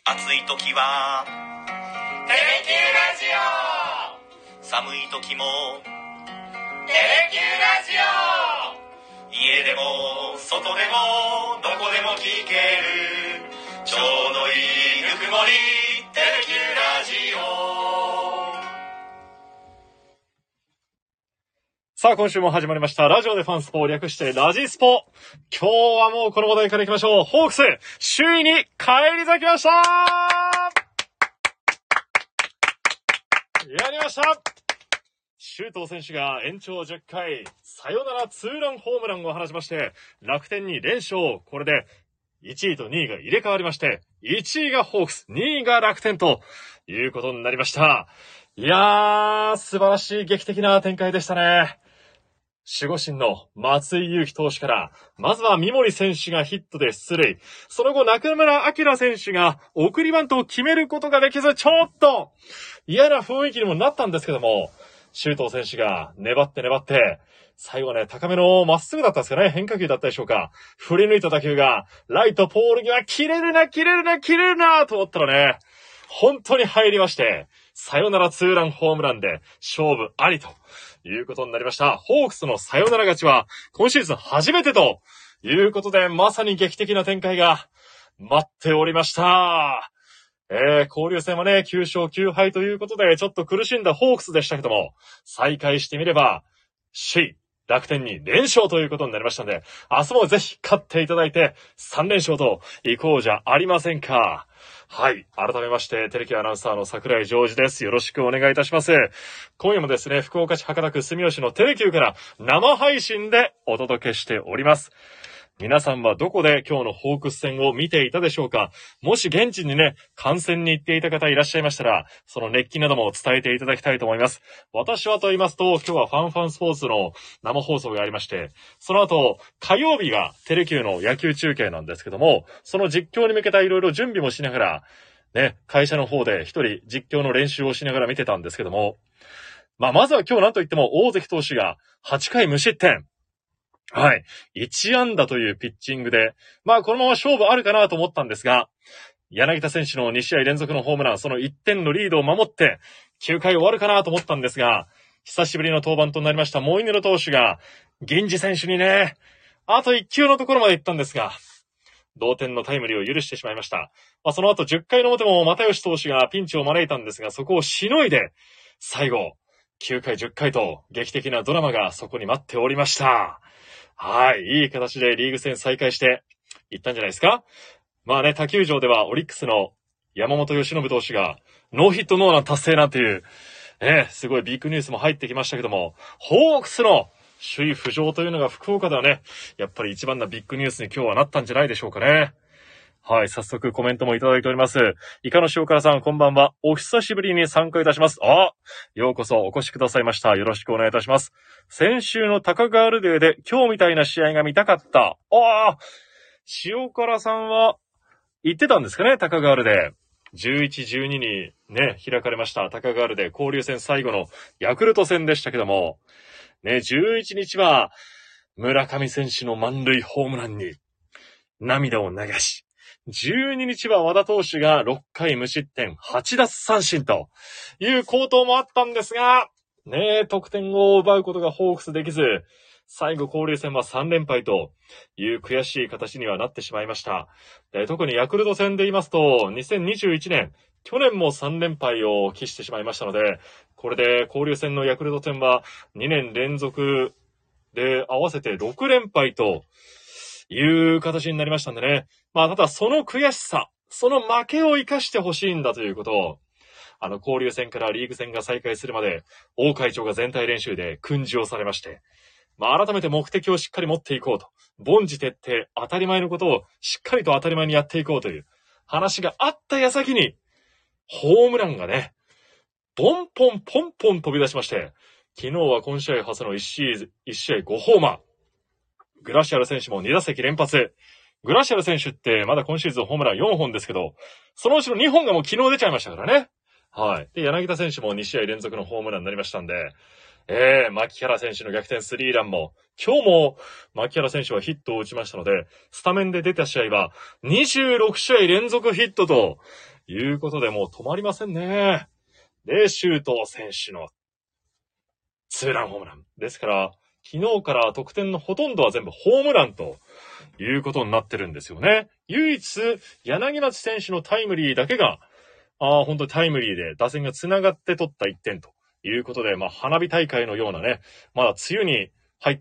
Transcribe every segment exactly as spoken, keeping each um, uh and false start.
暑い時はテレキューラジオ、 寒い時もテレキューラジオ、 家でも外でもどこでも聞けるちょうどいいぬくもりテレキューラジオ。 さあ今週も始まりましたラジオでファンスポ、略してラジスポ。今日はもうこの話題からいきましょう。ホークス首位に返り咲きました。やりました。周東選手が延長じゅっかいサヨナラツーランホームランを放ちまして楽天に連勝。これでいちいとにいが入れ替わりましていちいがホークス、にいが楽天ということになりました。いやー素晴らしい劇的な展開でしたね。守護神の松井裕樹投手から、まずは三森選手がヒットで出塁。その後、中村晃選手が送りバントを決めることができず、ちょっと嫌な雰囲気にもなったんですけども、周東選手が粘って粘って、最後はね、高めのまっすぐだったんですかね、変化球だったでしょうか。振り抜いた打球が、ライトポール際、切れるな、切れるな、切れるなと思ったらね、本当に入りまして、サヨナラツーランホームランで勝負ありということになりました。ホークスのサヨナラ勝ちは今シーズン初めてということで、まさに劇的な展開が待っておりました。えー、交流戦はね、きゅうしょうきゅうはいということで、ちょっと苦しんだホークスでしたけども、再開してみれば、首位、楽天に連勝ということになりましたので、明日もぜひ勝っていただいて、さんれんしょうといこうじゃありませんか。はい。改めまして、テレキアナウンサーの桜井ジョージです。よろしくお願いいたします。今夜もですね、福岡市博多区住吉のテレキューから生配信でお届けしております。皆さんはどこで今日のホークス戦を見ていたでしょうか。もし現地にね、観戦に行っていた方いらっしゃいましたら、その熱気なども伝えていただきたいと思います。私はと言いますと、今日はファンファンスポーツの生放送がありまして、その後、火曜日がテレキューの野球中継なんですけども、その実況に向けたいろいろ準備もしながら、ね、会社の方で一人実況の練習をしながら見てたんですけども、まあ、まずは今日なんといっても大関投手がはちかい無失点。はい。いちあんだというピッチングで、まあこのまま勝負あるかなと思ったんですが、柳田選手のにしあい連続のホームラン、そのいってんのリードを守って、きゅうかい終わるかなと思ったんですが、久しぶりの登板となりましたモイネロ投手が、銀次選手にね、あといっきゅうのところまで行ったんですが、同点のタイムリーを許してしまいました。まあその後じゅっかいの表も又吉投手がピンチを招いたんですが、そこをしのいで、最後、きゅうかいじゅっかいと劇的なドラマがそこに待っておりました。はい。いい形でリーグ戦再開していったんじゃないですか。まあね、他球場ではオリックスの山本由伸投手がノーヒットノーラン達成なんていう、ね、すごいビッグニュースも入ってきましたけども、ホークスの首位浮上というのが福岡ではね、やっぱり一番なビッグニュースに今日はなったんじゃないでしょうかね。はい、早速コメントもいただいております。イカの塩辛さん、こんばんは。お久しぶりに参加いたします。あ、ようこそお越しくださいました。よろしくお願いいたします。先週のタカガールデーで今日みたいな試合が見たかった。ああ、塩辛さんは言ってたんですかね、タカガールデー。じゅういち、じゅうににね、開かれましたタカガールデー交流戦最後のヤクルト戦でしたけども、ね、じゅういちにちは村上選手の満塁ホームランに涙を流し、じゅうににちは和田投手がろっかい無失点はちだつさんしんという好投もあったんですが、ねえ、得点を奪うことがホークスできず、最後交流戦はさんれんぱいという悔しい形にはなってしまいました。で、特にヤクルト戦で言いますと、にせんにじゅういちねん、去年もさんれんぱいを喫してしまいましたので、これで交流戦のヤクルト戦はにねん連続で合わせてろくれんぱいという形になりましたんでね。まあただその悔しさ、その負けを生かしてほしいんだということを、あの交流戦からリーグ戦が再開するまで、王会長が全体練習で訓示をされまして、まあ改めて目的をしっかり持っていこうと。凡事徹底、当たり前のことをしっかりと当たり前にやっていこうという話があった矢先に、ホームランがね、ポンポンポンポン飛び出しまして、昨日は今試合初のいち試合ごホーマー。グラシアル選手もにだせき連発。グラシアル選手ってまだ今シーズンホームランよんほんですけど、そのうちのにほんがもう昨日出ちゃいましたからね。はい。で、柳田選手もに試合連続のホームランになりましたんで、えー、牧原選手の逆転スリーランも、今日も牧原選手はヒットを打ちましたので、スタメンで出た試合はにじゅうろくしあい連続ヒットということでもう止まりませんね。で、周東選手のツーランホームラン。ですから、昨日から得点のほとんどは全部ホームランということになってるんですよね。唯一、柳町選手のタイムリーだけが、ああ、本当にタイムリーで打線が繋がって取ったいってんということで、まあ、花火大会のようなね、まだ梅雨に入って、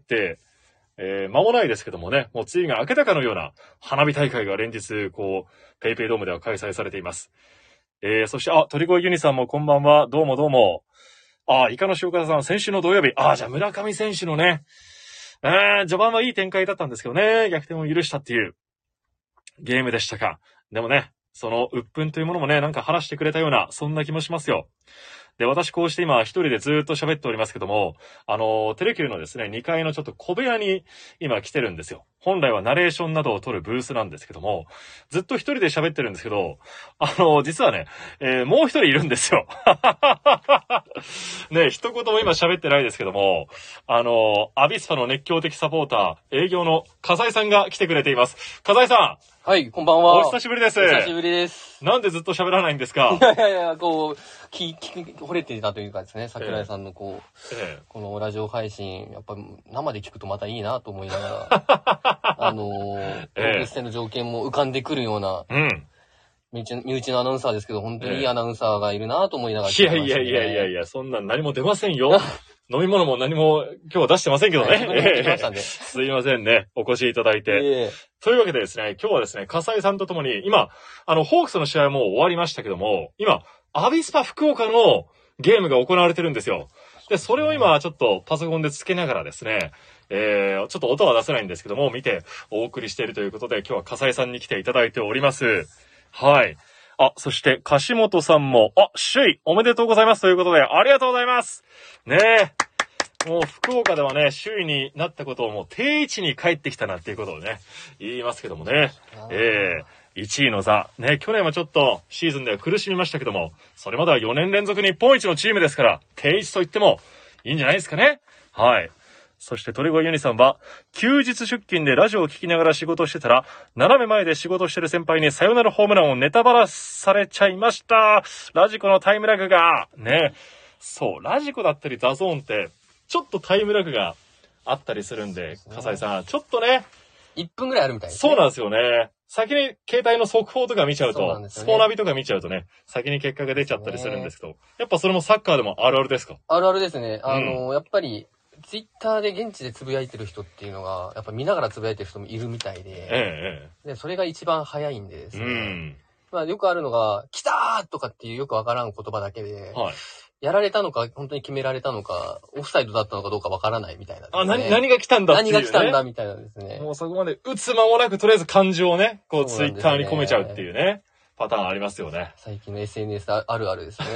えー、間もないですけどもね、もう梅雨が明けたかのような花火大会が連日、こう、ペイペイドームでは開催されています。えー、そして、あ、鳥越ユニさんもこんばんは。どうもどうも。あ、イカの塩辛さん、先週の土曜日。あ、じゃあ村上選手のね、えー、序盤はいい展開だったんですけどね、逆転を許したっていうゲームでしたか。でもね、その鬱憤というものもね、なんか晴らしてくれたような、そんな気もしますよ。で、私こうして今一人でずーっと喋っておりますけども、あの、テレキューのですね、にかいのちょっと小部屋に今来てるんですよ。本来はナレーションなどを撮るブースなんですけども、ずっと一人で喋ってるんですけど、あの、実はね、えー、もう一人いるんですよ。ね、一言も今喋ってないですけども、あの、アビスパの熱狂的サポーター、営業の笠井さんが来てくれています。笠井さん。 はい、こんばんは。 お久しぶりです。 お久しぶりです。 なんでずっと喋らないんですか？ いやいやいや、こう、き、き、惚れていたというかですね、桜井さんのこう、ええ、このラジオ配信、やっぱ生で聞くとまたいいなと思いながら、あのー、プロレス戦の条件も浮かんでくるような、うん。身内身内のアナウンサーですけど、本当にいいアナウンサーがいるなと思いながら、 ね、いやいやいやいやいや、そんな何も出ませんよ。飲み物も何も今日は出してませんけどね。はい、すいませんね。お越しいただいて。えー、というわけでですね、今日はですね、笠井さんとともに、今、あの、ホークスの試合はもう終わりましたけども、今、アビスパ福岡のゲームが行われてるんですよ。で、それを今、ちょっとパソコンでつけながらですね、えー、ちょっと音は出せないんですけども、見てお送りしているということで、今日は笠井さんに来ていただいております。はい。あ、そして、樫本さんも、あ、首位おめでとうございますということで、ありがとうございます。ねえ。もう、福岡ではね、首位になったことをもう定位置に帰ってきたなっていうことをね、言いますけどもね。えー、いちいの座。ね、去年はちょっとシーズンでは苦しみましたけども、それまではよねん連続日本一のチームですから、定位置と言ってもいいんじゃないですかね。はい。そして鳥越ユニさんは、休日出勤でラジオを聞きながら仕事してたら、斜め前で仕事してる先輩にサヨナラホームランをネタバラされちゃいました。ラジコのタイムラグが、ね。そう、ラジコだったりダゾーンって、ちょっとタイムラグがあったりするんで、笠井さん、ちょっとね。 いっぷんぐらいあるみたいですね。 そうなんですよね。先に携帯の速報とか見ちゃうと、ね、スポナビとか見ちゃうとね、先に結果が出ちゃったりするんですけど、やっぱそれもサッカーでもあるあるですか？ あるあるですね。あの、うん、やっぱり、ツイッターで現地でつぶやいてる人っていうのが、やっぱ見ながらつぶやいてる人もいるみたいで、ええ、でそれが一番早いんでですね。うん、まあよくあるのが、来たーとかっていうよくわからん言葉だけで、はい、やられたのか、本当に決められたのか、オフサイドだったのかどうかわからないみたいな、ね。 あ、何、何が来たんだっていう、ね。 何が来たんだみたいなですね。 もうそこまで打つ間もなく、とりあえず感情をね、こうツイッターに込めちゃうっていうね、パターンありますよね。 最近の エスエヌエス あるあるですね。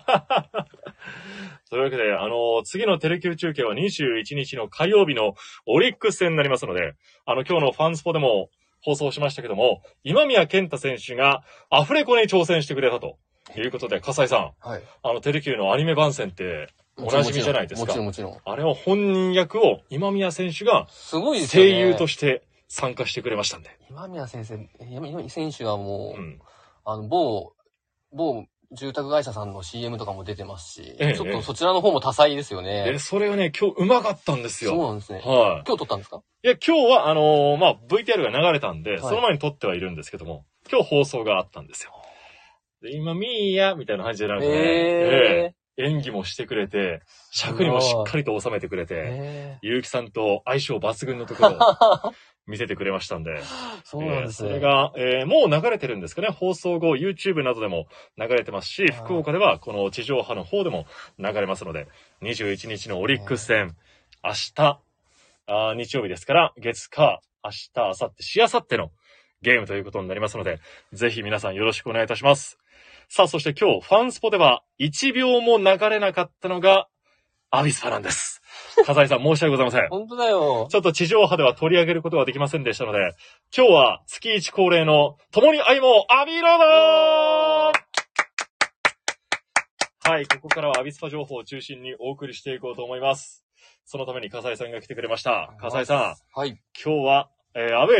というわけで、あの、次のテレキュー中継はにじゅういちにちの火曜日のオリックス戦になりますので、あの、今日のファンスポでも放送しましたけども、今宮健太選手がアフレコに挑戦してくれたということで、笠井さん、はい、あの、テレキューのアニメ番宣っておなじみじゃないですか。 もちろんもちろん。 あれは本人役を今宮選手が声優として参加してくれましたんで。 今宮先生、今宮選手はもう、うん、あの、某、某、住宅会社さんの シーエム とかも出てますし、ええ、ちょっとそちらの方も多彩ですよね。 え、それがね、今日うまかったんですよ。 そうなんですね。はい。今日撮ったんですか？ いや、今日は、あのー、まあ、ブイティーアール が流れたんで、はい、その前に撮ってはいるんですけども、今日放送があったんですよ。で、今、ミーヤみたいな感じでなんかね、えー、演技もしてくれて、尺にもしっかりと収めてくれて、ゆうきさんと相性抜群のところを見せてくれましたんで。 そうなんですね。 えー、それが、えー、もう流れてるんですかね。放送後、YouTube などでも流れてますし、福岡ではこの地上波の方でも流れますので、にじゅういちにちのオリックス戦、明日、あ日曜日ですから、月火、明日、明後日、しあさってのゲームということになりますので、ぜひ皆さんよろしくお願いいたします。さあ、そして今日、ファンスポではいちびょうも流れなかったのが、アビスパなんです。笠井さん、申し訳ございません。 本当だよ。 ちょっと地上波では取り上げることができませんでしたので、今日は月一恒例の、共に歩もうアビロードはい、ここからはアビスパ情報を中心にお送りしていこうと思います。そのために笠井さんが来てくれました。笠井さん。 はい。 今日は、えー、アウェーで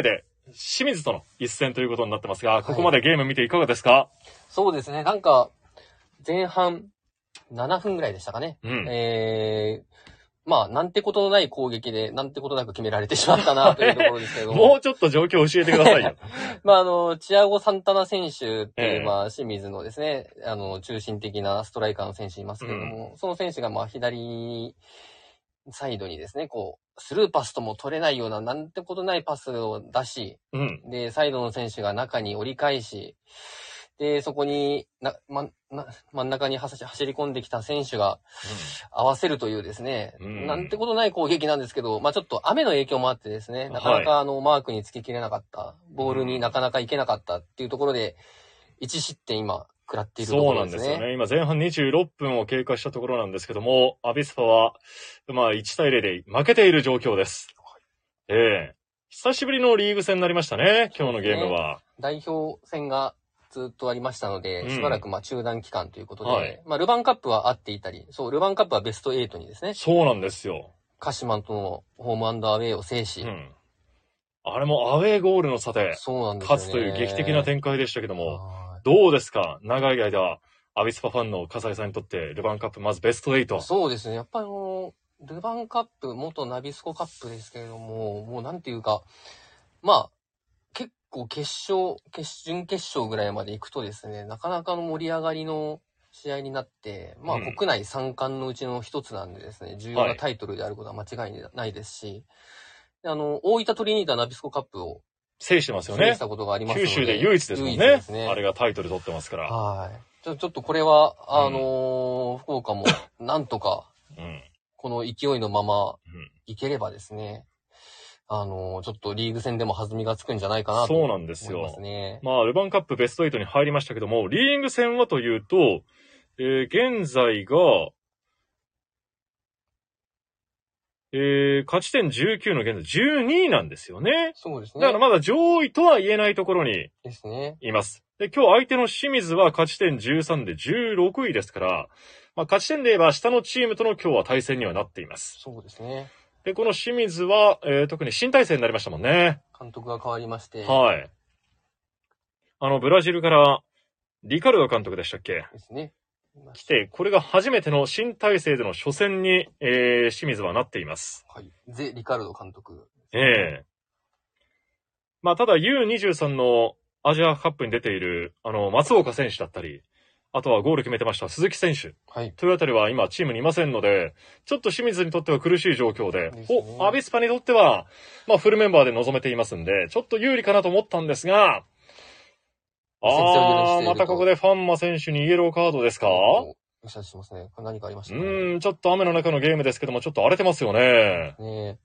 清水との一戦ということになってますが、ここまでゲーム見ていかがですか？はい、 そうですね。なんか、前半ななふんぐらいでしたかね。うん、えー、まあ、なんてことのない攻撃で、なんてことなく決められてしまったなというところですけども。 もうちょっと状況を教えてくださいよ。 まあ、あの、チアゴ・サンタナ選手っていう、えー、まあ、清水のですね、あの、中心的なストライカーの選手いますけども、うん、その選手が、まあ、左サイドにですね、こう、スルーパスとも取れないような、なんてことないパスを出し、うん、で、サイドの選手が中に折り返し、で、そこに、な、ま、な、真ん中に走り込んできた選手が、合わせるというですね、うん、なんてことない攻撃なんですけど、まあちょっと雨の影響もあってですね、なかなかあの、マークにつけきれなかった、ボールになかなかいけなかったっていうところで、いち失点今、食らっているところですね。 そうなんですよね。今前半にじゅうろっぷんを経過したところなんですけども、アビスパは、まあいちたいゼロで負けている状況です。ええー、久しぶりのリーグ戦になりましたね、今日のゲームは。 ね、代表戦が、ずっとありましたので、しばらくまあ中断期間ということで、うんはい、まあルヴァンカップはあっていたり、そう、ルヴァンカップはベストはちにですね。 そうなんですよ。 鹿島とのホームアンドアウェイを制し、うん、 あれもアウェーゴールの差で勝つという劇的な展開でしたけども、どうですか？長い間、アビスパファンの笠井さんにとってルヴァンカップまずベストはち。 そうですね。やっぱりあの、ルヴァンカップ、元ナビスコカップですけれども、もうなんていうか、まあ、結構決勝、決、準決勝ぐらいまで行くとですね、なかなかの盛り上がりの試合になって、まあ、うん、国内三冠のうちの一つなんでですね、重要なタイトルであることは間違いないですし、はい、あの、大分トリニータナビスコカップを制してますよね。 制したことがありますので。 九州で唯一ですもんね。唯一ですね。あれがタイトル取ってますから。 はい。ちょ、ちょっとこれは、あのーうん、福岡もなんとか、うん、この勢いのままいければですね、あのー、ちょっとリーグ戦でも弾みがつくんじゃないかなと思いますね。そうなんですよ。 まあ、ルヴァンカップベストはちに入りましたけども、リーグ戦はというと、えー、現在が、えー、勝ち点じゅうきゅうの現在じゅうにいなんですよね。 そうですね。 だからまだ上位とは言えないところにですね。 います。で、今日相手の清水は勝ち点じゅうさんでじゅうろくいですから、まあ、勝ち点で言えば下のチームとの今日は対戦にはなっています。 そうですね。 で、この清水は、えー、特に新体制になりましたもんね。 監督が変わりまして。 はい。あの、ブラジルから、リカルド監督でしたっけ？ ですね。 来て、これが初めての新体制での初戦に、えー、清水はなっています。 はい。ゼ・リカルド監督。 ええー。まあ、ただ ユーにじゅうさん のアジアカップに出ている、あの、松岡選手だったり、あとはゴール決めてました鈴木選手。はい。というあたりは今チームにいませんので、ちょっと清水にとっては苦しい状況で、でね、お、アビスパにとっては、まあフルメンバーで臨めていますんで、ちょっと有利かなと思ったんですが、あー、またここでファンマ選手にイエローカードですか？ おしゃしますね。これ何かありましたね。 うーん、ちょっと雨の中のゲームですけども、ちょっと荒れてますよね。ね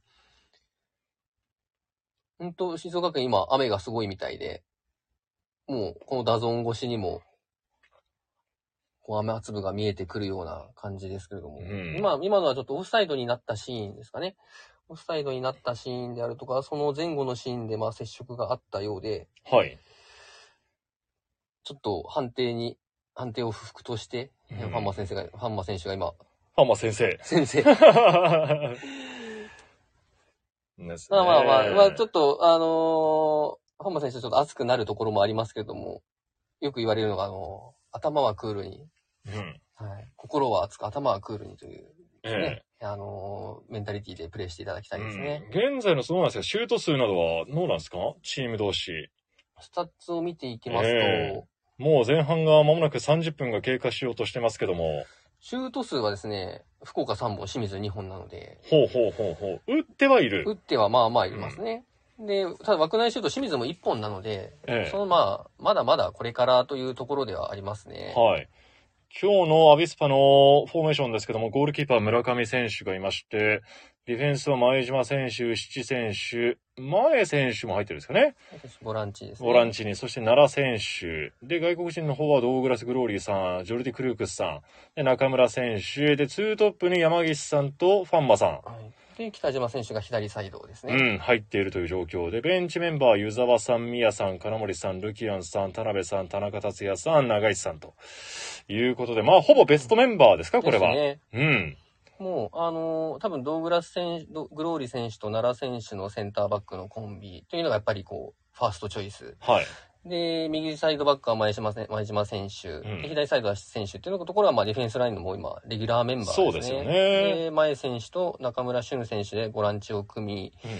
え。ほんと、静岡県今雨がすごいみたいで、もうこのダゾーン越しにも、こう雨粒が見えてくるような感じですけれども、うん、今、今のはちょっとオフサイドになったシーンですかね。オフサイドになったシーンであるとか、その前後のシーンでまあ接触があったようで、はい。ちょっと判定に、判定を不服として、うん、ファンマ先生が、ファンマ選手が今、 ファンマ先生。 先生。ですね。まあまあまあ、まあちょっと、あのー、ファンマ選手ちょっと熱くなるところもありますけれども、よく言われるのが、あのー、頭はクールに、うんはい、心は熱く、頭はクールにという、ね、ええ、あのー、メンタリティでプレーしていただきたいですね。 うん、現在のそうなんですか、シュート数などはどうなんですか？チーム同士。 スタッツを見ていきますと、 えー、もう前半が間もなくさんじゅっぷんが経過しようとしてますけども、 シュート数はですね、福岡さんぼん、清水にほんなので。 ほうほうほうほう。打ってはいる。 打ってはまあまあいますね。うん、で、ただ枠内シュート清水もいっぽんなので、ええ、そのまあ、まだまだこれからというところではありますね。 はい。今日のアビスパのフォーメーションですけども、ゴールキーパー村上選手がいまして、ディフェンスは前島選手、七選手、前選手も入ってるんですかね。 ボランチですね。 ボランチに、そして奈良選手。で、外国人の方はドーグラス・グローリーさん、ジョルディ・クルークスさん、で中村選手、で、ツートップに山岸さんとファンマさん。はい、 で、北島選手が左サイドですね。 うん、入っているという状況で、ベンチメンバー、湯沢さん、宮さん、金森さん、ルキアンさん、田辺さん、田中達也さん、長石さんということで、まあ、ほぼベストメンバーですか、これは。ですね。うん。 もう、あのー、多分ドーグラス選手、グローリ選手と奈良選手のセンターバックのコンビというのがやっぱりこう、 ファーストチョイス。 はい。 で、右サイドバックは前島せ前島選手、うん、で左サイドは選手っていうところは、まあ、ディフェンスラインのもう今、レギュラーメンバーですね。 そうですよね。 で、前選手と中村俊選手でボランチを組み、うん、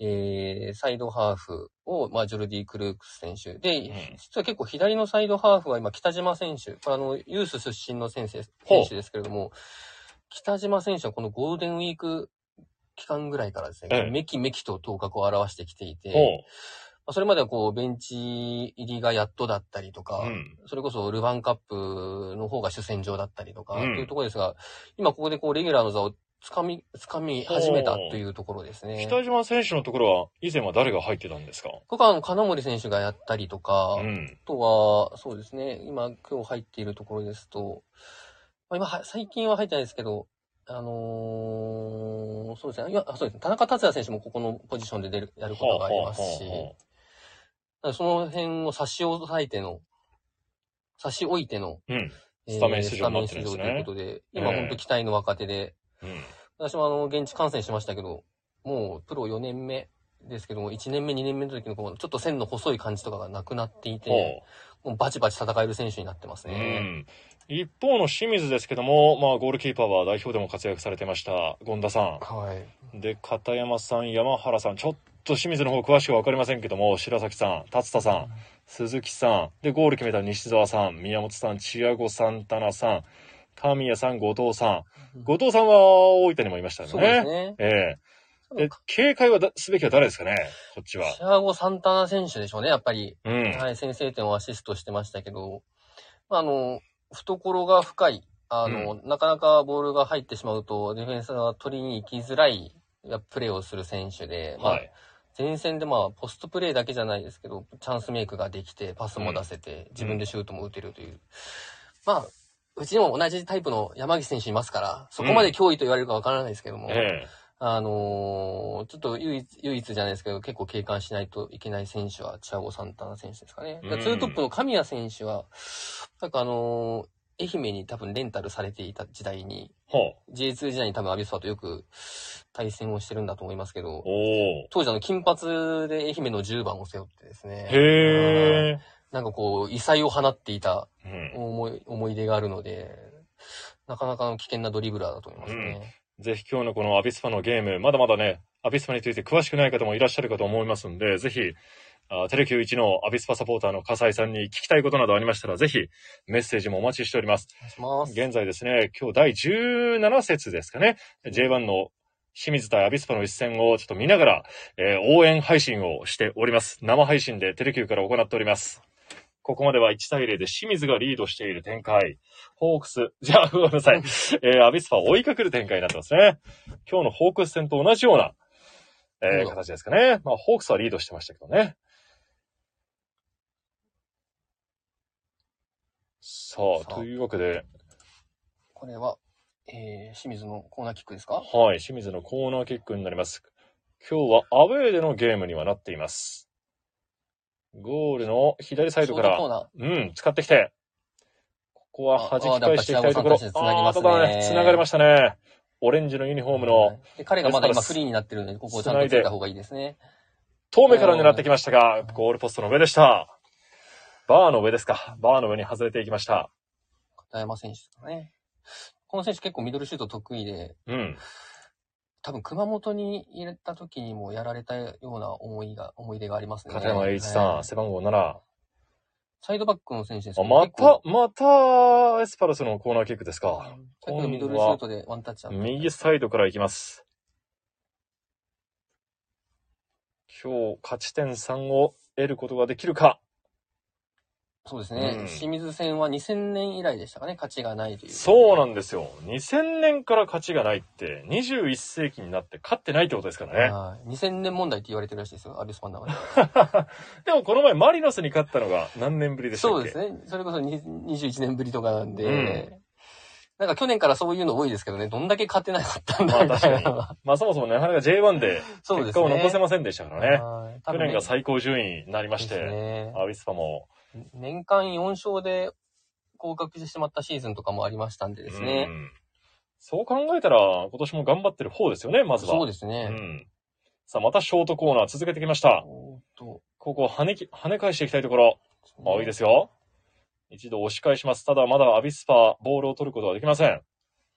えー、サイドハーフを、まあ、ジョルディ・クルークス選手。で、うん、実は結構左のサイドハーフは今、北島選手、これあの、ユース出身の選手選手ですけれども、北島選手はこのゴールデンウィーク期間ぐらいからですね、ええ、めきめきと頭角を現してきていて、それまではこう、ベンチ入りがやっとだったりとか、うん、それこそルヴァンカップの方が主戦場だったりとか、うん、というところですが、今ここでこう、レギュラーの座をつかみ、つかみ始めたというところですね。 北島選手のところは、以前は誰が入ってたんですか？ ここはあの、金森選手がやったりとか、うん、あとは、そうですね、今、今日入っているところですと、まあ、今は、最近は入ってないですけど、あのー、そうですね、いや、そうですね、田中達也選手もここのポジションで出る、やることがありますし、はあはあはあその辺を差し押さえての、差し置いての、うん、 スタメン出場になってるんですね。 スタメン出場ということで、今本当期待の若手で、うん、私もあの、現地観戦しましたけど、もうプロよねんめですけども、いちねんめ、にねんめの時のこのちょっと線の細い感じとかがなくなっていて、もうバチバチ戦える選手になってますね。 うん一方の清水ですけども、まあ、ゴールキーパーは代表でも活躍されてました、権田さん。 はい。 で、片山さん、山原さん、ちょっと清水の方詳しくは分かりませんけども、白崎さん、達田さん、うん、鈴木さん、で、ゴール決めた西澤さん、宮本さん、チアゴサンタナさん、神谷さん、後藤さん。うん、後藤さんは大分にもいましたよね。そうですね。ええー。で、警戒はだすべきは誰ですかね、こっちは。 チアゴサンタナ選手でしょうね、やっぱり。うん。はい、先制点をアシストしてましたけど、あの、懐が深い。あの、うん、なかなかボールが入ってしまうと、ディフェンスが取りに行きづらいプレーをする選手で、はい、まあ、前線でまあ、ポストプレーだけじゃないですけど、チャンスメイクができて、パスも出せて、うん、自分でシュートも打てるという。うん、まあ、うちにも同じタイプの山岸選手いますから、そこまで脅威と言われるかわからないですけども、うんええ、あのー、ちょっと唯一、唯一じゃないですけど、結構警戒しないといけない選手は、チアゴ・サンタナ選手ですかね。うん、ツートップの神谷選手は、なんかあのー、愛媛に多分レンタルされていた時代に、はあ、ジェイツー 時代に多分アビスパとよく対戦をしてるんだと思いますけど、当時あの金髪で愛媛のじゅうばんを背負ってですね、 へーなんかこう異彩を放っていた思い、うん、思い出があるので、なかなかの危険なドリブラーだと思いますね。 うん、ぜひ今日のこのアビスパのゲーム、まだまだね、アビスパについて詳しくない方もいらっしゃるかと思いますんで、ぜひ、テレキューいちのアビスパサポーターの笠井さんに聞きたいことなどありましたら、ぜひメッセージもお待ちしております。 お願いします。 現在ですね、今日だいじゅうなな節ですかね、ジェイワン の清水対アビスパの一戦をちょっと見ながら、えー、応援配信をしております。生配信でテレキューから行っております。ここまではいちたいゼロで清水がリードしている展開。ホークス、じゃあごめんなさい。えー、アビスパ追いかける展開になってますね。今日のホークス戦と同じような、えー、形ですかね。まあ、ホークスはリードしてましたけどね。さあ、というわけで。 これは、えー、清水のコーナーキックですか？ はい、清水のコーナーキックになります。今日はアウェーでのゲームにはなっています。ゴールの左サイドから、うん、使ってきて、ここは弾き返していきたいところ。 ああ、ただね、 繋がりましたね。オレンジのユニフォームの。 で彼がまだ今フリーになってるので、ここをちゃんとついた方がいいですね。 遠目から狙ってきましたが、ゴールポストの上でした。バーの上ですか。バーの上に外れていきました。 片山選手ですかね。この選手結構ミドルシュート得意で、うん。多分熊本に入れた時にもやられたような思いが、思い出がありますね。 片山栄一さん、はい、背番号なな。 サイドバックの選手ですね。また、また、エスパルスのコーナーキックですか。 さっきのミドルシュートでワンタッチ。 右サイドから行きます。今日、勝ち点さんを得ることができるか。 そうですね、うん。清水戦はにせんねん以来でしたかね、勝ちがないという。 そうなんですよ。にせんねんから勝ちがないって、にじゅういっ世紀になって勝ってないってことですからね。 はい。にせんねん問題って言われてるらしいですよ、アビスパの中で。 でもこの前マリノスに勝ったのが何年ぶりでしたっけ？ そうですね。それこそにじゅういちねんぶりとかなんで、うん、なんか去年からそういうの多いですけどね、どんだけ勝てなかったんだみたいな。 まあ確かに。まあそもそもね、なかなか ジェイワン で結果を残せませんでしたからね。ね去年が最高順位になりまして、ね、アビスパも、 年間よん勝で降格してしまったシーズンとかもありましたんでですね。うん、 そう考えたら今年も頑張ってる方ですよね、まずは。 そうですね。 うん、さあまたショートコーナー続けてきました。 ここ跳ねき、跳ね返していきたいところ。あ、いいですよ。一度押し返します。ただまだアビスパ、ボールを取ることはできません。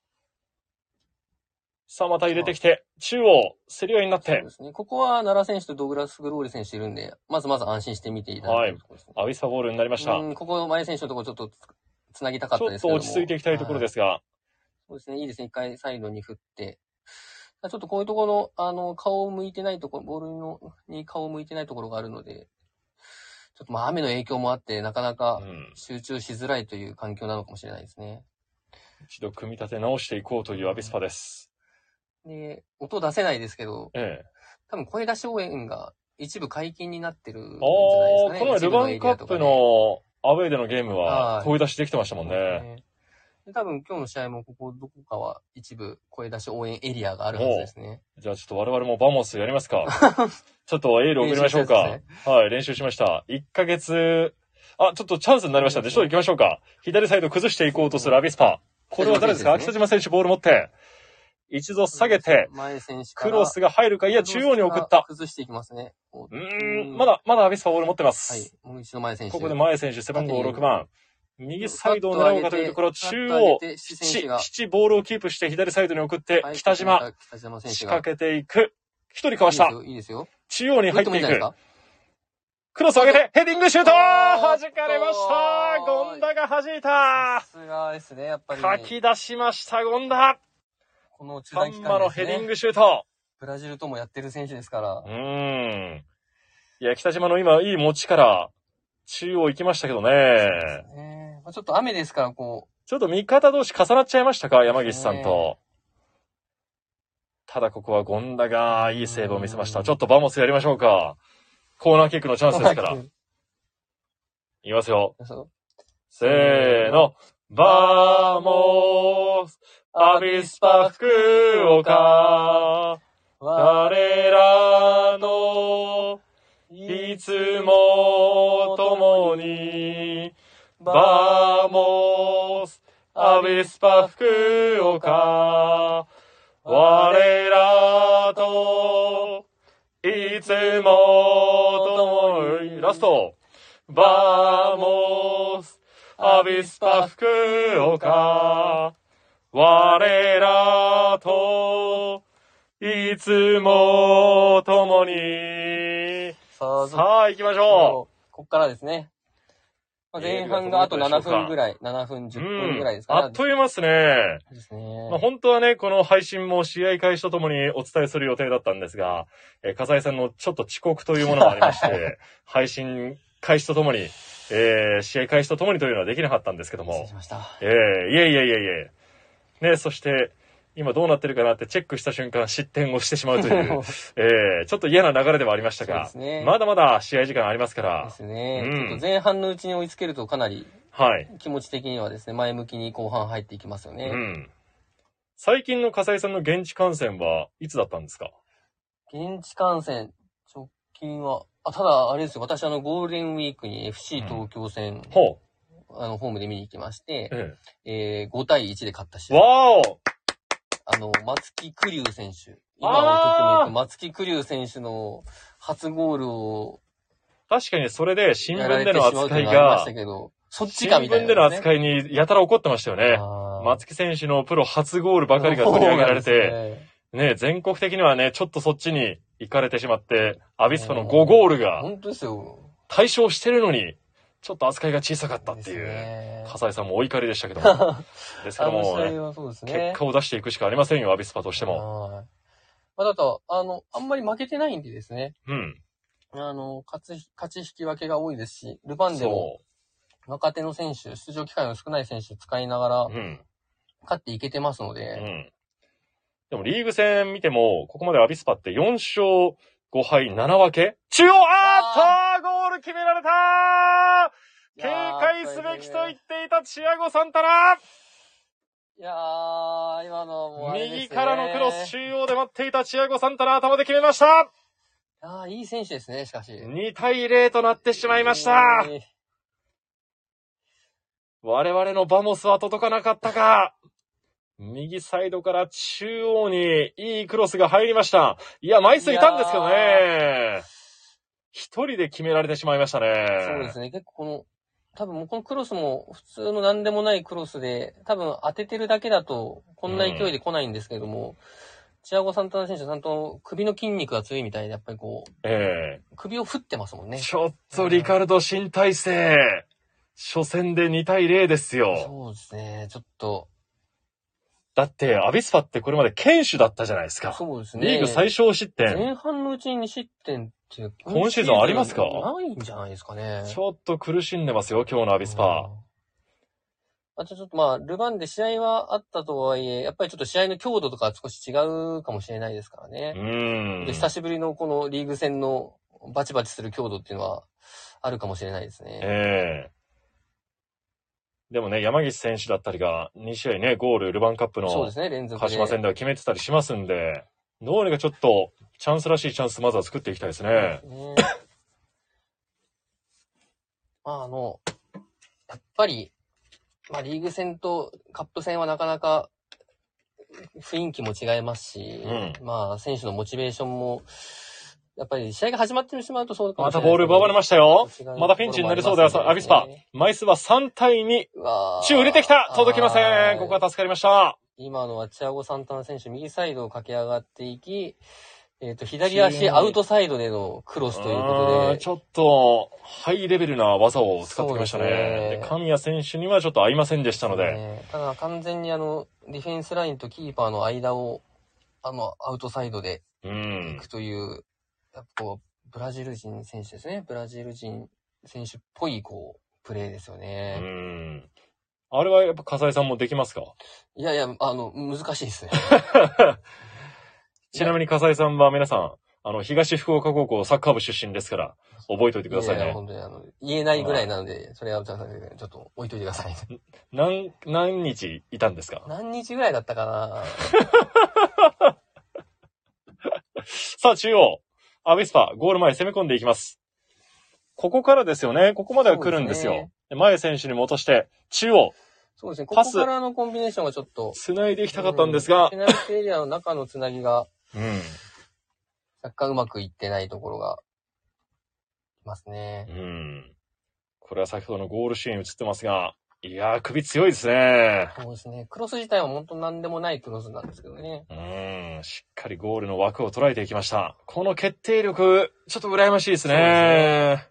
さあ、また入れてきて、中央、競り合いになって。そうですね。ここは奈良選手とドグラス・グローリ選手いるんで、まずまず安心して見ていただきたいところですね。 はい。アビスパボールになりました。 うん、ここ、前選手のところちょっとつなぎたかったですけども。 ちょっと落ち着いていきたいところですが。 そうですね。いいですね。一回サイドに振って。ちょっとこういうところ、あの、顔を向いてないところ、ボールのに顔を向いてないところがあるので、ちょっとまあ雨の影響もあって、なかなか集中しづらいという環境なのかもしれないですね。 うん、一度組み立て直していこうというアビスパです。 で、音出せないですけど、 ええ、 多分声出し応援が一部解禁になってるんじゃないですかね。 このルヴァンカップのアウェイでのゲームは声出しできてましたもんね。ねで多分今日の試合もここどこかは一部声出し応援エリアがあるはずですね。 じゃあちょっと我々もバモスやりますか。ちょっとエールを送りましょうか。ね、はい、練習しました。いっかげつ、あ、ちょっとチャンスになりましたんで、ちょっと行きましょうか。左サイド崩していこうとするアビスパ。これは誰ですか？北島選手ボール持って。一度下げて、クロスが入るか、いや、中央に送った。 崩していきますね。 うーん、まだ、まだアビスパボール持ってます。 はい、もう一度前選手。 ここで前選手、背番号ろくばん。右サイドを狙おうかというところ、中央、七、七ボールをキープして左サイドに送って、北島、仕掛けていく。一人かわした。 いいですよ。 中央に入っていく。クロスを上げて、ヘディングシュート弾かれました権田が弾いたさすがですね、やっぱり。 書き出しました、権田この中段期間のヘディングシュート。 ブラジルともやってる選手ですから。 うーん。いや、北島の今いい持ちから中央行きましたけどね。そうですね。ちょっと雨ですから、こう。 ちょっと味方同士重なっちゃいましたか、山岸さんと。ただここは権田がいいセーブを見せました。ちょっとバモスやりましょうか。コーナーキックのチャンスですから。いきますよ。せーの。バーモスアビスパ福岡我らのいつも共にバーモスアビスパ福岡我らといつも共にラストバーモスアビスパ福岡我らといつも共にさあ、さあ行きましょう。 こっからですね。前半があとななふんぐらい、ななふん、じゅっぷんぐらいですかね。 うん、あっという間ですね。ですね。まあ、本当はね、この配信も試合開始とともにお伝えする予定だったんですが、えー、笠井さんのちょっと遅刻というものがありまして、配信開始とともに、えー、試合開始とともにというのはできなかったんですけども。失礼しました。えー、いえいえいえいえ。ね、そして、今どうなってるかなってチェックした瞬間失点をしてしまうという、えー、ちょっと嫌な流れではありましたが、ね、まだまだ試合時間ありますから。 ですね。うん、ちょっと前半のうちに追いつけるとかなり、はい。気持ち的にはですね、前向きに後半入っていきますよね。うん。 最近の笠井さんの現地観戦はいつだったんですか？ 現地観戦、直近は、あ、ただあれですよ、私あのゴールデンウィークに エフシー 東京戦、うん、ほう。あの、ホームで見に行きまして、えええー、ごたいいちで勝った試合。 わーおあの、松木玖生選手。今をときめく松木玖生選手の初ゴールを。 確かにそれで新聞での扱いが、 そっちかみたいな、ね。 新聞での扱いにやたら怒ってましたよね。松木選手のプロ初ゴールばかりが取り上げられて、ね、全国的にはね、ちょっとそっちに行かれてしまって、アビスパのごゴールが、 本当ですよ。 対象してるのに、ちょっと扱いが小さかったっていう、笠井さんもお怒りでしたけども。ですけども、ねね、結果を出していくしかありませんよ、アビスパとしても。 まあ、だと、あの、あんまり負けてないんでですね。うん。あの、勝ち、勝ち引き分けが多いですし、ルヴァンでも、若手の選手、出場機会の少ない選手使いながら、うん、勝っていけてますので、うん。 でもリーグ戦見ても、ここまでアビスパってよんしょうごはいなな分け中央、あーっとゴール決められたー警戒すべきと言っていたチアゴ・サンタナいやー、今のもう、ね、 右からのクロス、中央で待っていたチアゴ・サンタナ頭で決めましたあー、いい選手ですね、しかし。 にたいゼロとなってしまいました、えー、我々のバモスは届かなかったか右サイドから中央にいいクロスが入りました。いや、枚数いたんですけどね。 一人で決められてしまいましたね。 そうですね。結構この、多分もうこのクロスも普通の何でもないクロスで、多分当ててるだけだとこんな勢いで来ないんですけれども、うん、チアゴ・サンタナ選手はちゃんと首の筋肉が強いみたいで、やっぱりこう、えー、首を振ってますもんね。 ちょっとリカルド新体制、初戦でにたいゼロですよ。 そうですね、ちょっと。 だって、アビスパってこれまで堅守だったじゃないですか。 そうですね。 リーグ最小失点。 前半のうちにに失点って、 今シーズンありますか？ ないんじゃないですかね。 ちょっと苦しんでますよ、今日のアビスパ。 あとちょっとまあ、ルヴァンで試合はあったとはいえ、やっぱりちょっと試合の強度とか少し違うかもしれないですからね。うん。で、久しぶりのこのリーグ戦のバチバチする強度っていうのはあるかもしれないですね。ええー。 でもね、山岸選手だったりがに試合ね、ゴール、ルヴァンカップのそうですね、連続で鹿島戦では決めてたりしますんで、どうにかちょっとチャンスらしいチャンスまずは作っていきたいですね。そうですね。 まああの、やっぱり、まあリーグ戦とカップ戦はなかなか雰囲気も違いますし、うん、まあ選手のモチベーションも、やっぱり試合が始まってしまうとそうかもしれない、ね。 またボール奪われましたよ。まだピンチになりそうで、アビスパ。枚数はさんたいに。シュー入れてきた。届きません。ここは助かりました。 今のはチアゴ・サンタナ選手、右サイドを駆け上がっていき、えっと、左足アウトサイドでのクロスということで。 ちょっと、ハイレベルな技を使ってきましたね。で、神谷選手にはちょっと合いませんでしたので。 ね、ただ完全にあの、ディフェンスラインとキーパーの間を、あの、アウトサイドで行くという、やっぱこう、ブラジル人選手ですね。ブラジル人選手っぽい、こう、プレーですよね。うん。 あれはやっぱ笠井さんもできますか？ いやいや、あの、難しいですね。 ちなみに笠井さんは皆さん、あの、東福岡高校サッカー部出身ですから、覚えておいてくださいね。 いやいや、本当にあの、言えないぐらいなので、それはちょっと置いといてください。 何、何日いたんですか？ 何日ぐらいだったかなさあ、中央。アビスパ、ゴール前攻め込んでいきます。ここからですよね。ここまでは来るんですよ。ですね、前選手にも落として、中央。 そうですね。ここからのコンビネーションがちょっと。 繋いでいきたかったんですが。 ペナルティエリアの中の繋ぎが、うん。若干うまくいってないところが、いますね。 うん。これは先ほどのゴールシーン映ってますが、いやー、首強いですね。 そうですね。クロス自体は本当何でもないクロスなんですけどね。 うん。しっかりゴールの枠を捉えていきました。この決定力、ちょっと羨ましいですね。そうですね。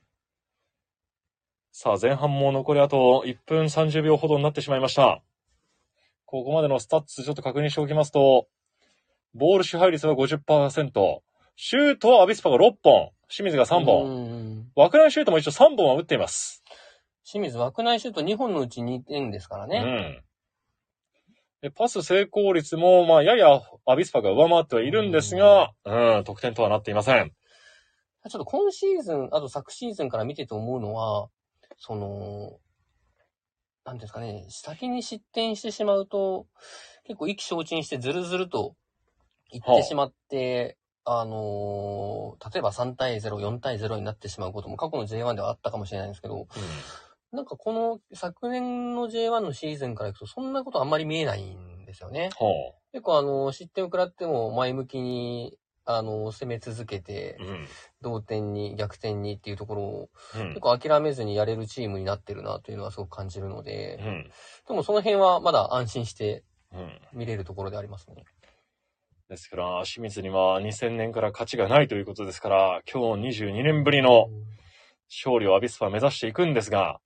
さあ、前半も残りあといっぷんさんじゅうびょうほどになってしまいました。ここまでのスタッツちょっと確認しておきますと、ボール支配率は ごじゅっパーセント、シュートはアビスパがろっぽん、清水がさんぼん、枠内シュートも一応さんぼんは打っています。 清水枠内シュートにほんのうちにてんですからね。うん。 でパス成功率も、まあ、ややアビスパが上回ってはいるんですが、うん、うん、得点とはなっていません。 ちょっと今シーズン、あと昨シーズンから見てて思うのは、その、なんですかね、先に失点してしまうと、結構意気消沈してずるずるといってしまって、はあ、あのー、例えばさんたいゼロ、よんたいゼロになってしまうことも過去の ジェイワン ではあったかもしれないんですけど、うん、なんかこの昨年の ジェイワン のシーズンからいくとそんなことあんまり見えないんですよね。はあ、結構あの、失点を食らっても前向きに、あの、攻め続けて、うん、同点に、逆転にっていうところを、うん、結構諦めずにやれるチームになってるなというのはすごく感じるので、うん、でもその辺はまだ安心して見れるところでありますね。 うん、ですから、清水にはにせんねんから勝ちがないということですから、今日にじゅうにねんぶりの勝利をアビスパは目指していくんですが、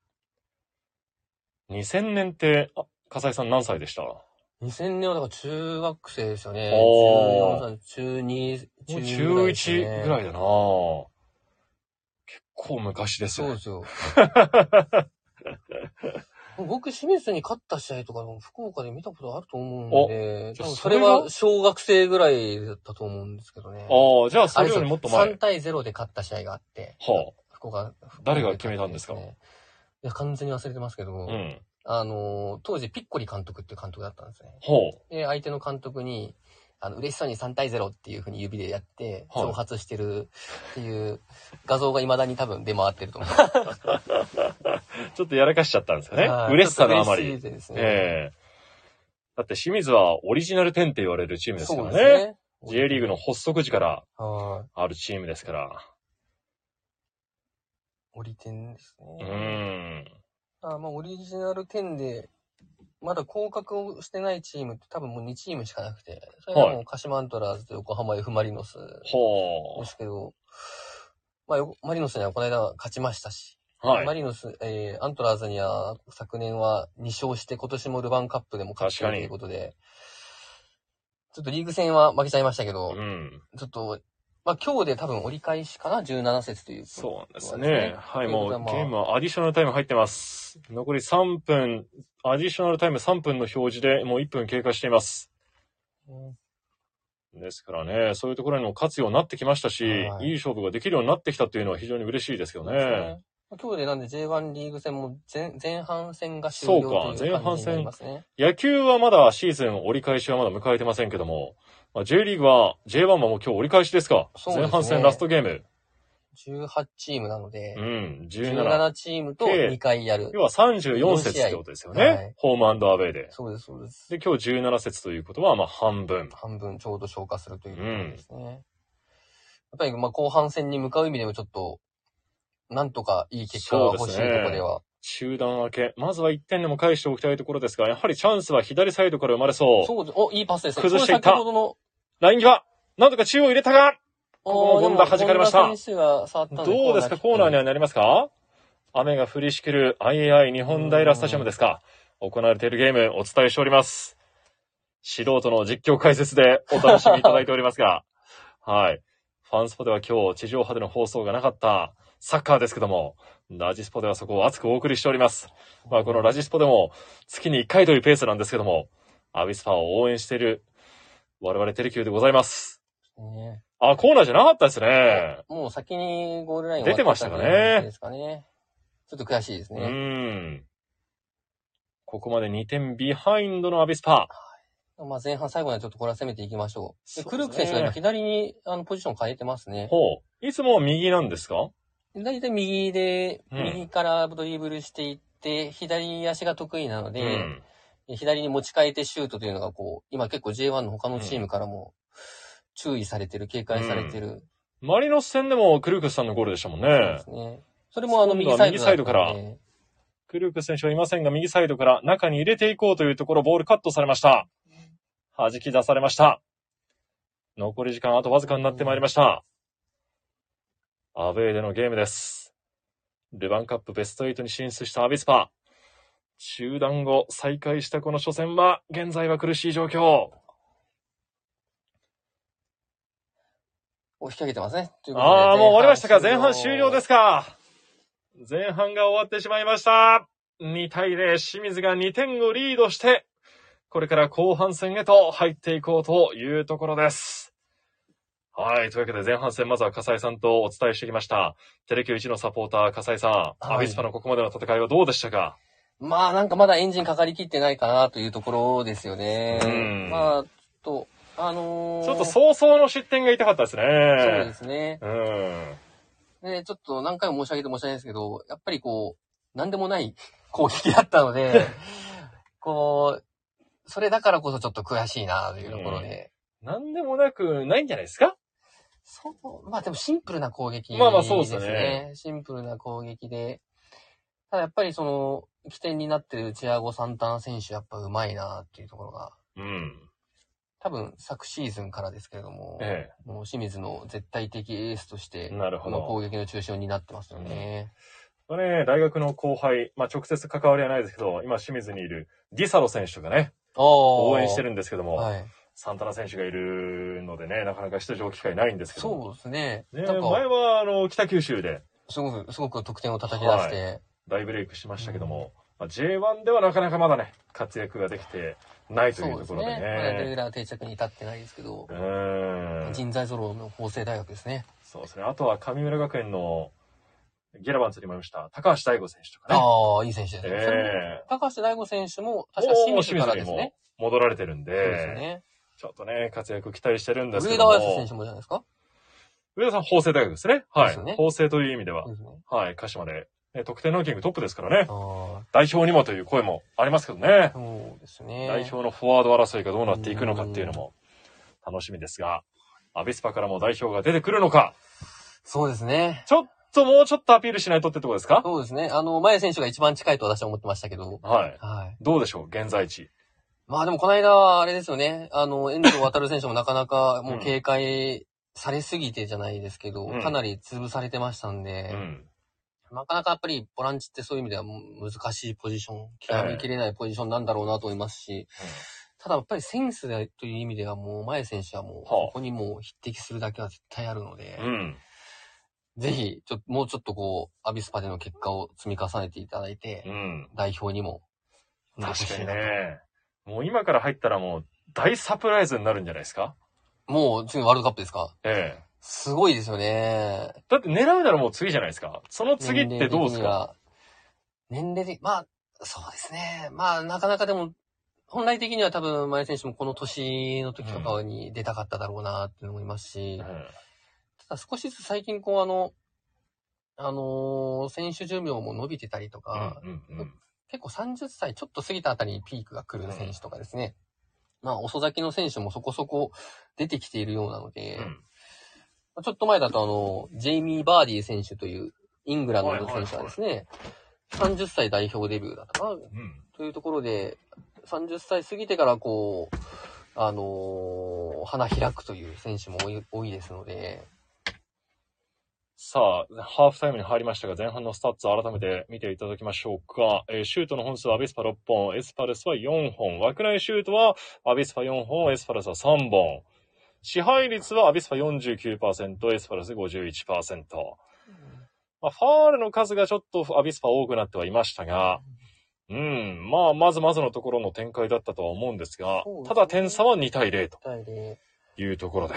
にせんねんって、あ、笠井さん何歳でした？ にせんねんはだから中学生ですよね。じゅうよんさい、中に、 中に、中いちぐらいだなぁ。結構昔ですよ。 そうですよ。僕、清水に勝った試合とかも福岡で見たことあると思うんで、多分それは小学生ぐらいだったと思うんですけどね。 ああ、じゃあそれよりもっと前。 さんたいゼロで勝った試合があって、はあ、福岡、 誰が決めたんですか？いや、完全に忘れてますけど、うん、あの、当時ピッコリ監督っていう監督だったんですね。 ほう。 で、相手の監督に、あの、嬉しそうにさんたいゼロっていう風に指でやって、挑発してるっていう画像が未だに多分出回ってると思う。 ちょっとやらかしちゃったんですかね。嬉しさのあまり。嬉しいですね。えー、だって清水はオリジナルテンって言われるチームですからね。そうですね。J リーグの発足時からあるチームですから。 オリテンですね。 うーん。 あまあ、オリジナルテンで、まだ降格をしてないチームって多分もうにチームしかなくて、それがもう鹿島アントラーズと横浜 F マリノスですけど、まあ、マリノスにはこの間勝ちましたし、はい、マリノス、えー、アントラーズには昨年はに勝して今年もルヴァンカップでも勝ってるということで、ちょっとリーグ戦は負けちゃいましたけど、うん、ちょっと、まあ今日で多分折り返しかな ?じゅうなな 節という、ね。 そうですね。はい、もうゲームはアディショナルタイム入ってます。残りさんぷん、アディショナルタイムさんぷんの表示でもういっぷん経過しています。うん、ですからね、そういうところにも勝つようになってきましたし、はい、いい勝負ができるようになってきたっていうのは非常に嬉しいですけどね。 今日でなんで ジェイワン リーグ戦も 前, 前半戦が終了という感じになりますね。そうか、前半戦。 野球はまだシーズン折り返しはまだ迎えてませんけども、まあ、J リーグは ジェイワン はもう今日折り返しですか。そうですね。前半戦ラストゲーム。 じゅうはちチームなので、 うん、 じゅうななチームとにかいやる。 要はさんじゅうよん節ってことですよね。はい、ホーム&アウェイで。 そうです、そうです。 で、今日じゅうなな節ということは、まあ半分。 半分ちょうど消化するということですね。うん、やっぱりまあ後半戦に向かう意味でもちょっと、なんとかいい結果が欲しいところでは。 中断明け。まずはいってんでも返しておきたいところですが、やはりチャンスは左サイドから生まれそう。 そうです。お、いいパスですね。 崩していった。先ほどのライン際。なんとか中央入れたが、ここも権田弾かれました。どうですか、コーナーにはなりますか？雨が降りしきる アイエーアイ 日本平スタジアムですか。行われているゲームお伝えしております。素人の実況解説でお楽しみいただいておりますが。はい。ファンスポでは今日地上波での放送がなかったサッカーですけども、ラジスポではそこを熱くお送りしております。まあこのラジスポでも月にいっかいというペースなんですけども、アビスパを応援している我々テレキューでございます。ね、あ、コーナーじゃなかったですね。 もう先にゴールライン出てましたかね。 ですかね。ちょっと悔しいですね。 うん。ここまでにてんビハインドのアビスパ。 まあ前半最後にはちょっとこれは攻めていきましょう。で、クルーク選手が今左にあのポジション変えてますね。 ほう。いつもは右なんですか？ 大体右で、うん、右からドリブルしていって、左足が得意なので、うん、左に持ち替えてシュートというのがこう、今結構 ジェイワン の他のチームからも、注意されてる、警戒されてる。 うん、マリノス戦でもクルークスさんのゴールでしたもんね。そうですね。それもあの右サイド、 右サイドから。クルークス選手はいませんが、右サイドから中に入れていこうというところ、ボールカットされました。弾き出されました。残り時間あとわずかになってまいりました。アウェーでのゲームです。ルヴァンカップベストエイトに進出したアビスパ。中断後再開したこの初戦は、現在は苦しい状況。 引き上げてますね。 ああ、もう終わりましたか。前半終了ですか。前半が終わってしまいました。にたいゼロ、清水がにてんをリードして、これから後半戦へと入っていこうというところです。はい。というわけで前半戦、まずは笠井さんとお伝えしてきました。テレキューいちのサポーター、笠井さん、はい、アビスパのここまでの戦いはどうでしたか？ まあなんかまだエンジンかかりきってないかなというところですよね。うん。まあ、と、あのー、 ちょっと早々の失点が痛かったですね。 そうですね。 うん。 で、ちょっと何回も申し上げて申し訳ないですけど、やっぱりこう、なんでもない攻撃だったので、こう、それだからこそちょっと悔しいなというところで。 うん、なんでもなくないんじゃないですか？ そう、まあでもシンプルな攻撃ですね。 まあまあそうですね。 シンプルな攻撃で。ただやっぱりその、起点になってるチアゴ・サンタナ選手やっぱ上手いなっていうところが。 うん。 多分昨シーズンからですけれども、ええ、もう清水の絶対的エースとして、 なるほど。 攻撃の中心になってますよね。 うん、ね、大学の後輩、まあ直接関わりはないですけど、今清水にいるディサロ選手とかね、応援してるんですけども、はい、サンタナ選手がいるのでね、なかなか出場機会ないんですけど。 そうですね。 ね、前はあの北九州で、 すごく、すごく得点を叩き出して、はい、 大ブレイクしましたけども、うん、まあ、ジェイワン ではなかなかまだね、活躍ができてないというところでね。そうですね。まだレギュラー定着に至ってないですけど、うん、人材揃いの法政大学ですね。 そうですね。あとは神村学園のギャラバンツにもいました、高橋大吾選手とかね。 ああ、いい選手ですね。えー、高橋大吾選手も、確か清水からですね。 戻られてるんで、そうですね。ちょっとね、活躍期待してるんですけども。 上田彩選手もじゃないですか？ 上田さん、法政大学ですね。はい。ね、法政という意味では、ね、はい、鹿島で、ね、得点ランキングトップですからね。代表にもという声もありますけどね。 そうですね。 代表のフォワード争いがどうなっていくのかっていうのも楽しみですが、アビスパからも代表が出てくるのか。 そうですね。 ちょっともうちょっとアピールしないとってとこですか？ そうですね。あの、前選手が一番近いと私は思ってましたけど。 はい。 はい。 どうでしょう、現在地。 まあでもこの間、あれですよね。あの、遠藤航選手もなかなかもう警戒されすぎてじゃないですけど、うん、かなり潰されてましたんで、うん、なかなかやっぱりボランチってそういう意味では難しいポジション、極めきれないポジションなんだろうなと思いますし、えーうん、ただやっぱりセンスという意味ではもう前選手はもうここにもう匹敵するだけは絶対あるので、うん、ぜひちょもうちょっとこうアビスパでの結果を積み重ねていただいて、うん、代表にも確かにね。もう今から入ったらもう大サプライズになるんじゃないですか？ もう次のワールドカップですか？ええ。すごいですよね。 だって狙うならもう次じゃないですか。その次ってどうですか？ 年齢的には、まあ、そうですね。まあ、なかなかでも、本来的には多分前選手もこの年の時とかに出たかっただろうなって思いますし、うん、ただ少しずつ最近こうあの、あのー、選手寿命も伸びてたりとか、うんうんうん、結構さんじゅっさいちょっと過ぎたあたりにピークが来る選手とかですね。うん、まあ、遅咲きの選手もそこそこ出てきているようなので、うん、ちょっと前だとあの、ジェイミー・バーディー選手というイングランドの選手はですね、はいはいはい、さんじゅっさい代表デビューだったかな、うん、というところで、さんじゅっさい過ぎてからこう、あのー、花開くという選手も多い、多いですので、 さあ、ハーフタイムに入りましたが、前半のスタッツを改めて見ていただきましょうか。えー、シュートの本数はアビスパろっぽん、エスパルスはよんほん、枠内シュートはアビスパよんほん、エスパルスはさんぼん。支配率はアビスパ よんじゅうきゅうパーセント、エスパルス ごじゅういちパーセント。まあ、ファールの数がちょっとアビスパ多くなってはいましたが、うん、まあ、まずまずのところの展開だったとは思うんですが、すね、ただ点差はにたいゼロというところです。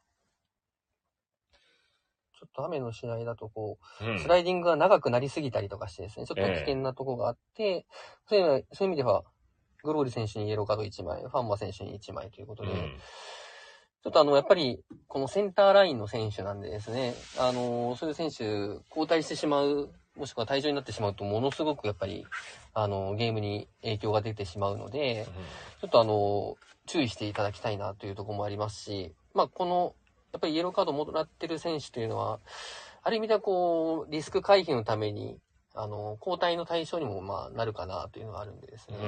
ちょっと雨の試合だとこう、うん、スライディングが長くなりすぎたりとかしてですね、ちょっと危険なところがあって、えー、そういう、そういう意味では、グローリ選手にイエローカードいちまい、ファンマ選手にいちまいということで、うん、ちょっとあの、やっぱり、このセンターラインの選手なんでですね、あの、そういう選手、交代してしまう、もしくは退場になってしまうと、ものすごくやっぱり、あの、ゲームに影響が出てしまうので、うん、ちょっとあの、注意していただきたいなというところもありますし、まあ、この、やっぱりイエローカードをもらってる選手というのは、ある意味ではこう、リスク回避のために、あの、交代の対象にもまあなるかなというのがあるんでですね。 うん。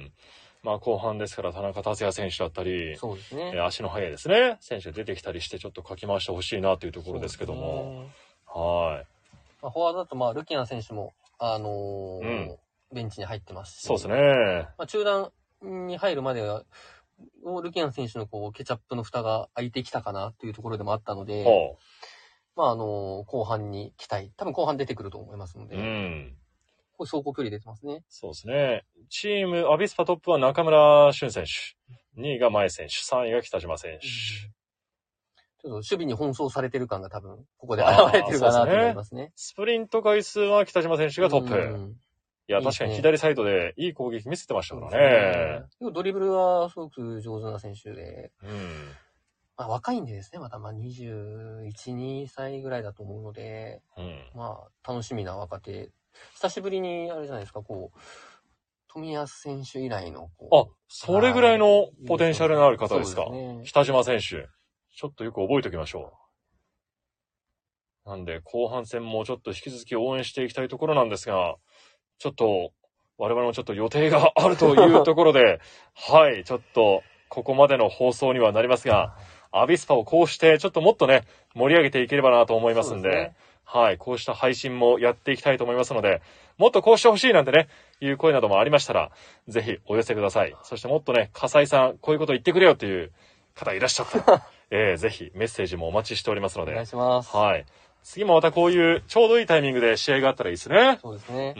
まあ後半ですから田中達也選手だったり、 そうですね。 えー、足の速いですね。選手出てきたりしてちょっとかき回してほしいなというところですけども。ね、はい。 まあ、フォワードだとまあルキアン選手も、あのーうん、ベンチに入ってますし。 そうですね。 まあ中段に入るまでは、ルキアン選手のこうケチャップの蓋が開いてきたかなというところでもあったので、はあ、まああの後半に期待、多分後半出てくると思いますので、うん、これ走行距離出てますね。 そうですね。チームアビスパトップは中村俊選手、にいが前選手、さんいが北島選手。うん、 ちょっと守備に奔走されてる感が多分ここで現れてるかなと思いますね。 スプリント回数は北島選手がトップ。うんいや、いいね、確かに左サイドでいい攻撃見せてましたからね。 ねドリブルはすごく上手な選手で、うんまあ、若いんでですね、またまあにじゅういち、にさいぐらいだと思うので、うん、まあ楽しみな若手。久しぶりにあれじゃないですか、こう、富安選手以来のこう。あ、それぐらいのポテンシャルのある方ですか。ですね、北島選手。ちょっとよく覚えておきましょう。なんで、後半戦もちょっと引き続き応援していきたいところなんですが、ちょっと、我々もちょっと予定があるというところで、はい、ちょっと、ここまでの放送にはなりますが、アビスパをこうして、ちょっともっとね、盛り上げていければなと思いますんで、でね、はい、こうした配信もやっていきたいと思いますので、もっとこうしてほしいなんてね、いう声などもありましたら、ぜひお寄せください。そしてもっとね、笠井さん、こういうこと言ってくれよっていう方いらっしゃったら、えー、ぜひメッセージもお待ちしておりますので、 お願いします。 はい。次もまたこういうちょうどいいタイミングで試合があったらいいですね。 そうですね。うん。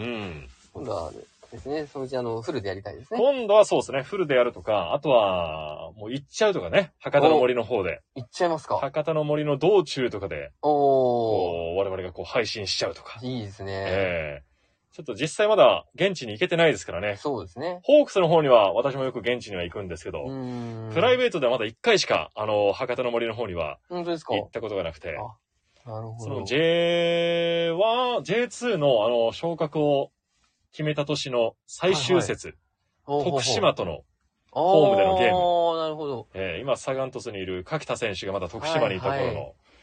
今度はですね、そのうちあの、フルでやりたいですね。 今度はそうですね、フルでやるとか、あとは、もう行っちゃうとかね、博多の森の方で。 行っちゃいますか。 博多の森の道中とかで、お我々がこう配信しちゃうとか。 いいですね。 ええー。ちょっと実際まだ現地に行けてないですからね。 そうですね。 ホークスの方には私もよく現地には行くんですけど、プライベートではまだいっかいしか、あの、博多の森の方には、 本当ですか？ 行ったことがなくて。 あ、なるほど。 その ジェイワン、ジェイツー のあの、昇格を決めた年の最終節、はいはい、徳島とのホームでのゲーム。 ああ、なるほど。 えー、今、サガン鳥栖にいる柿田選手がまだ徳島にいた頃の、はいはい、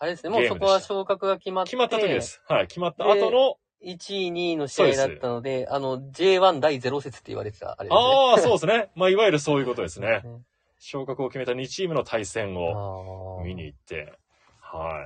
あれですね、もうそこは昇格が決まって。 決まった時です。はい、決まった後の。 いちい、にいの試合だったので、あの、ジェイワン 第ゼロ節って言われてた、あれですね。 ああ、そうですね。まあ、いわゆるそういうことですね。昇格を決めたにチームの対戦を見に行って、はい。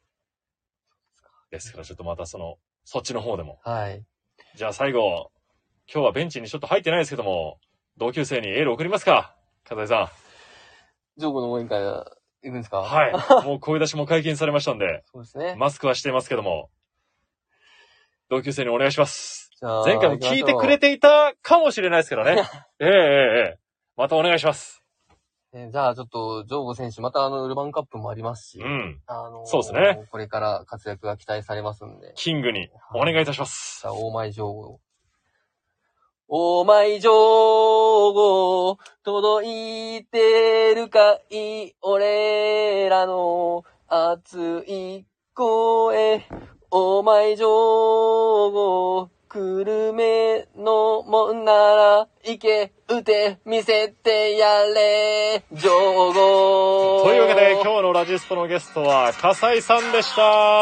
ですからちょっとまたその、そっちの方でも。 はい。 じゃあ最後、今日はベンチにちょっと入ってないですけども、同級生にエール送りますか、風井さん。ジョーゴの応援会は行くんですか？ はい。もう声出しも解禁されましたんで。 そうですね。 マスクはしていますけども、同級生にお願いします。前回も聞いてくれていたかもしれないですからね。ええええ。またお願いします。 えー、じゃあちょっと、ジョーゴ選手、またあの、ウルバンカップもありますし、 うん。 あのー、 そうですね。 これから活躍が期待されますんで。 キングにお願いいたします。 さあ、オーマイジョーゴ。オーマイジョーゴ、届いてるかい、俺らの熱い声。オーマイジョーゴ、久留米のもんなら、行け、打て、見せてやれ、ジョーゴ。 というわけで、今日のラジスポのゲストは、笠井さんでした。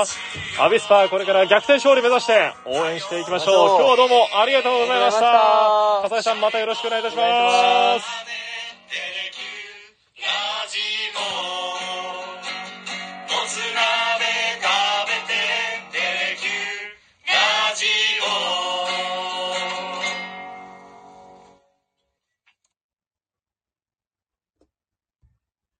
アビスパ、これから逆転勝利目指して応援していきましょう。今日はどうもありがとうございました。笠井さん、またよろしくお願いいたします。